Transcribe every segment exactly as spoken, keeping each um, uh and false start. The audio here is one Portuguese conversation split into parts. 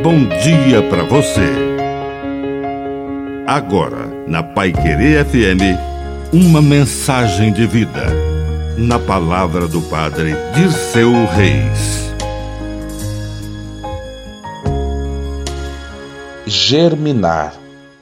bom dia para você. Agora, na Paiquerê F M, uma mensagem de vida. Na palavra do Padre Dirceu Reis. Germinar.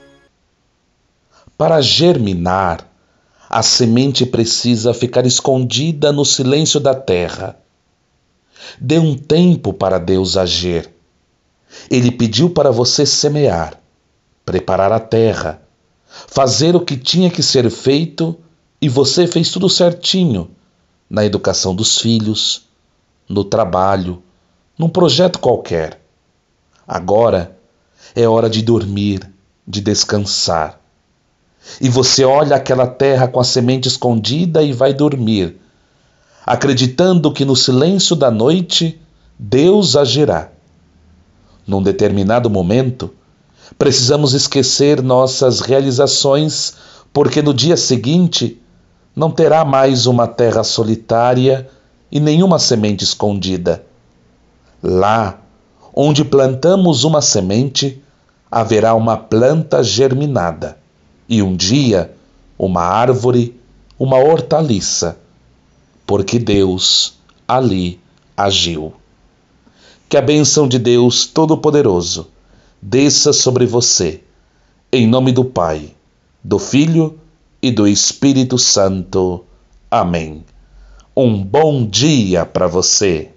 Para germinar, a semente precisa ficar escondida no silêncio da terra. Dê um tempo para Deus agir. Ele pediu para você semear, preparar a terra, fazer o que tinha que ser feito, e você fez tudo certinho, na educação dos filhos, no trabalho, num projeto qualquer. Agora é hora de dormir, de descansar. E você olha aquela terra com a semente escondida e vai dormir, acreditando que no silêncio da noite Deus agirá. Num determinado momento, precisamos esquecer nossas realizações, porque no dia seguinte não terá mais uma terra solitária e nenhuma semente escondida. Lá, onde plantamos uma semente, haverá uma planta germinada, e um dia uma árvore, uma hortaliça, porque Deus ali agiu. Que a bênção de Deus Todo-Poderoso desça sobre você, em nome do Pai, do Filho e do Espírito Santo. Amém. Um bom dia para você.